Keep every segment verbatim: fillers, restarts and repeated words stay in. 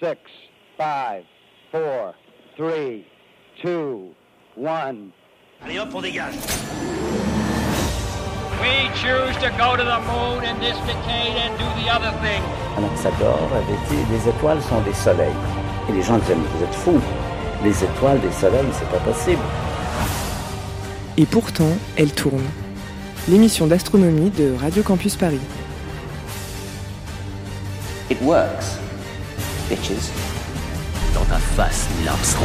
six, five, four, three, two, one. Allez hop, on dégage. We choose to go to the moon in this decade and do the other thing. Anaxagore avait dit les étoiles sont des soleils. Et les gens disaient mais vous êtes fous. Les étoiles des soleils, c'est pas possible. Et pourtant, elle tourne. L'émission d'astronomie de Radio Campus Paris. It works, bitches. Dans ta face, Neil Armstrong.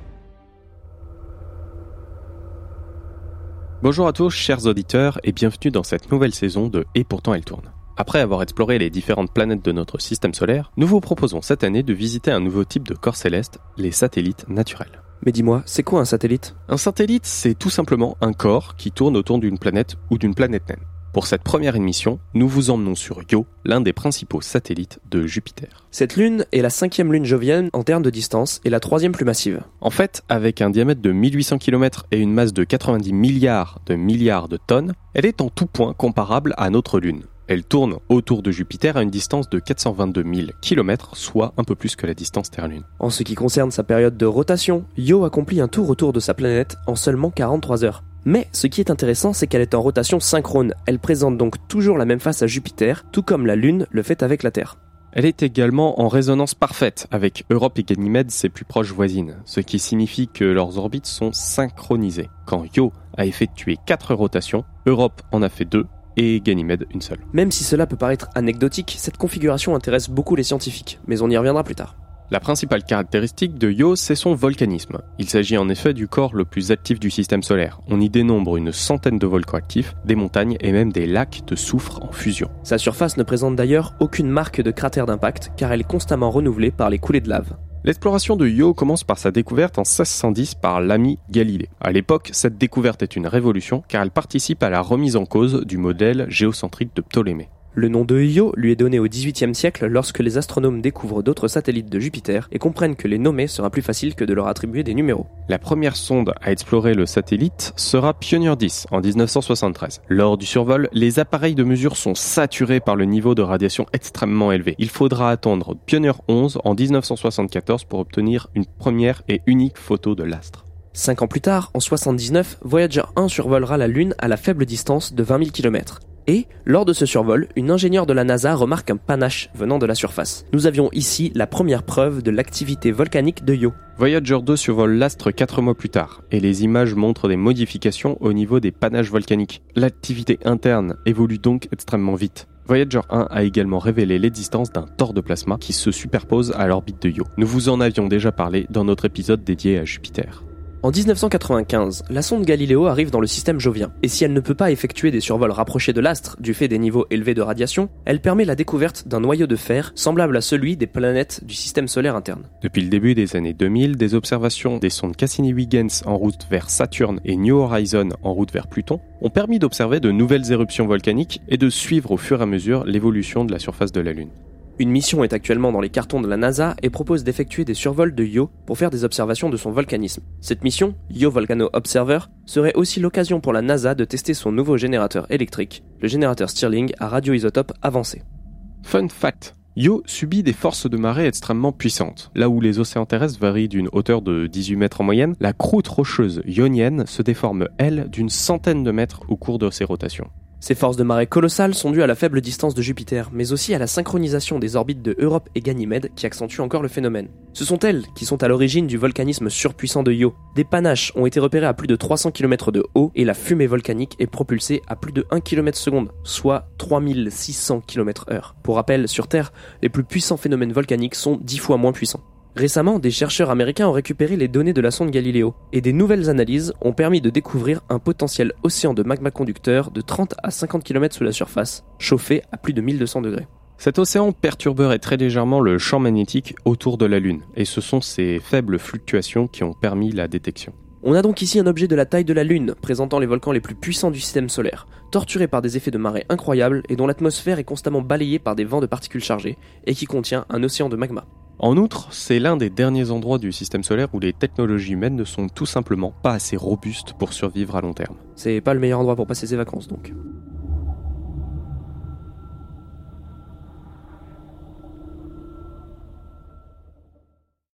Bonjour à tous, chers auditeurs, et bienvenue dans cette nouvelle saison de Et pourtant elle tourne. Après avoir exploré les différentes planètes de notre système solaire, nous vous proposons cette année de visiter un nouveau type de corps céleste, les satellites naturels. Mais dis-moi, c'est quoi un satellite ? Un satellite, c'est tout simplement un corps qui tourne autour d'une planète ou d'une planète naine. Pour cette première émission, nous vous emmenons sur Io, l'un des principaux satellites de Jupiter. Cette lune est la cinquième lune jovienne en termes de distance et la troisième plus massive. En fait, avec un diamètre de mille huit cents kilomètres et une masse de quatre-vingt-dix milliards de milliards de tonnes, elle est en tout point comparable à notre lune. Elle tourne autour de Jupiter à une distance de quatre cent vingt-deux mille kilomètres, soit un peu plus que la distance Terre-Lune. En ce qui concerne sa période de rotation, Io accomplit un tour autour de sa planète en seulement quarante-trois heures. Mais ce qui est intéressant, c'est qu'elle est en rotation synchrone. Elle présente donc toujours la même face à Jupiter, tout comme la Lune le fait avec la Terre. Elle est également en résonance parfaite avec Europe et Ganymède, ses plus proches voisines, ce qui signifie que leurs orbites sont synchronisées. Quand Io a effectué quatre rotations, Europe en a fait deux, et Ganymède une seule. Même si cela peut paraître anecdotique, cette configuration intéresse beaucoup les scientifiques, mais on y reviendra plus tard. La principale caractéristique de Io, c'est son volcanisme. Il s'agit en effet du corps le plus actif du système solaire. On y dénombre une centaine de volcans actifs, des montagnes et même des lacs de soufre en fusion. Sa surface ne présente d'ailleurs aucune marque de cratère d'impact, car elle est constamment renouvelée par les coulées de lave. L'exploration de Io commence par sa découverte en seize cent dix par l'ami Galilée. À l'époque, cette découverte est une révolution car elle participe à la remise en cause du modèle géocentrique de Ptolémée. Le nom de Io lui est donné au dix-huitième siècle lorsque les astronomes découvrent d'autres satellites de Jupiter et comprennent que les nommer sera plus facile que de leur attribuer des numéros. La première sonde à explorer le satellite sera Pioneer dix en dix-neuf cent soixante-treize. Lors du survol, les appareils de mesure sont saturés par le niveau de radiation extrêmement élevé. Il faudra attendre Pioneer onze en dix-neuf cent soixante-quatorze pour obtenir une première et unique photo de l'astre. Cinq ans plus tard, en soixante-dix-neuf, Voyager un survolera la Lune à la faible distance de vingt mille kilomètres. Et, lors de ce survol, une ingénieure de la NASA remarque un panache venant de la surface. Nous avions ici la première preuve de l'activité volcanique de Io. Voyager deux survole l'astre quatre mois plus tard, et les images montrent des modifications au niveau des panaches volcaniques. L'activité interne évolue donc extrêmement vite. Voyager un a également révélé l'existence d'un tor de plasma qui se superpose à l'orbite de Io. Nous vous en avions déjà parlé dans notre épisode dédié à Jupiter. En dix-neuf cent quatre-vingt-quinze, la sonde Galileo arrive dans le système jovien, et si elle ne peut pas effectuer des survols rapprochés de l'astre du fait des niveaux élevés de radiation, elle permet la découverte d'un noyau de fer semblable à celui des planètes du système solaire interne. Depuis le début des années deux mille, des observations des sondes Cassini-Huygens en route vers Saturne et New Horizons en route vers Pluton ont permis d'observer de nouvelles éruptions volcaniques et de suivre au fur et à mesure l'évolution de la surface de la Lune. Une mission est actuellement dans les cartons de la NASA et propose d'effectuer des survols de Io pour faire des observations de son volcanisme. Cette mission, Io Volcano Observer, serait aussi l'occasion pour la NASA de tester son nouveau générateur électrique, le générateur Stirling à radioisotope avancé. Fun fact, Io subit des forces de marée extrêmement puissantes. Là où les océans terrestres varient d'une hauteur de dix-huit mètres en moyenne, la croûte rocheuse ionienne se déforme, elle, d'une centaine de mètres au cours de ses rotations. Ces forces de marée colossales sont dues à la faible distance de Jupiter, mais aussi à la synchronisation des orbites de Europe et Ganymède qui accentue encore le phénomène. Ce sont elles qui sont à l'origine du volcanisme surpuissant de Io. Des panaches ont été repérés à plus de trois cents kilomètres de haut et la fumée volcanique est propulsée à plus de un kilomètre seconde, soit trois mille six cents kilomètres heure. Pour rappel, sur Terre, les plus puissants phénomènes volcaniques sont dix fois moins puissants. Récemment, des chercheurs américains ont récupéré les données de la sonde Galileo et des nouvelles analyses ont permis de découvrir un potentiel océan de magma conducteur de trente à cinquante kilomètres sous la surface, chauffé à plus de mille deux cents degrés. Cet océan perturberait très légèrement le champ magnétique autour de la Lune, et ce sont ces faibles fluctuations qui ont permis la détection. On a donc ici un objet de la taille de la Lune, présentant les volcans les plus puissants du système solaire, torturé par des effets de marée incroyables et dont l'atmosphère est constamment balayée par des vents de particules chargées, et qui contient un océan de magma. En outre, c'est l'un des derniers endroits du système solaire où les technologies humaines ne sont tout simplement pas assez robustes pour survivre à long terme. C'est pas le meilleur endroit pour passer ses vacances donc.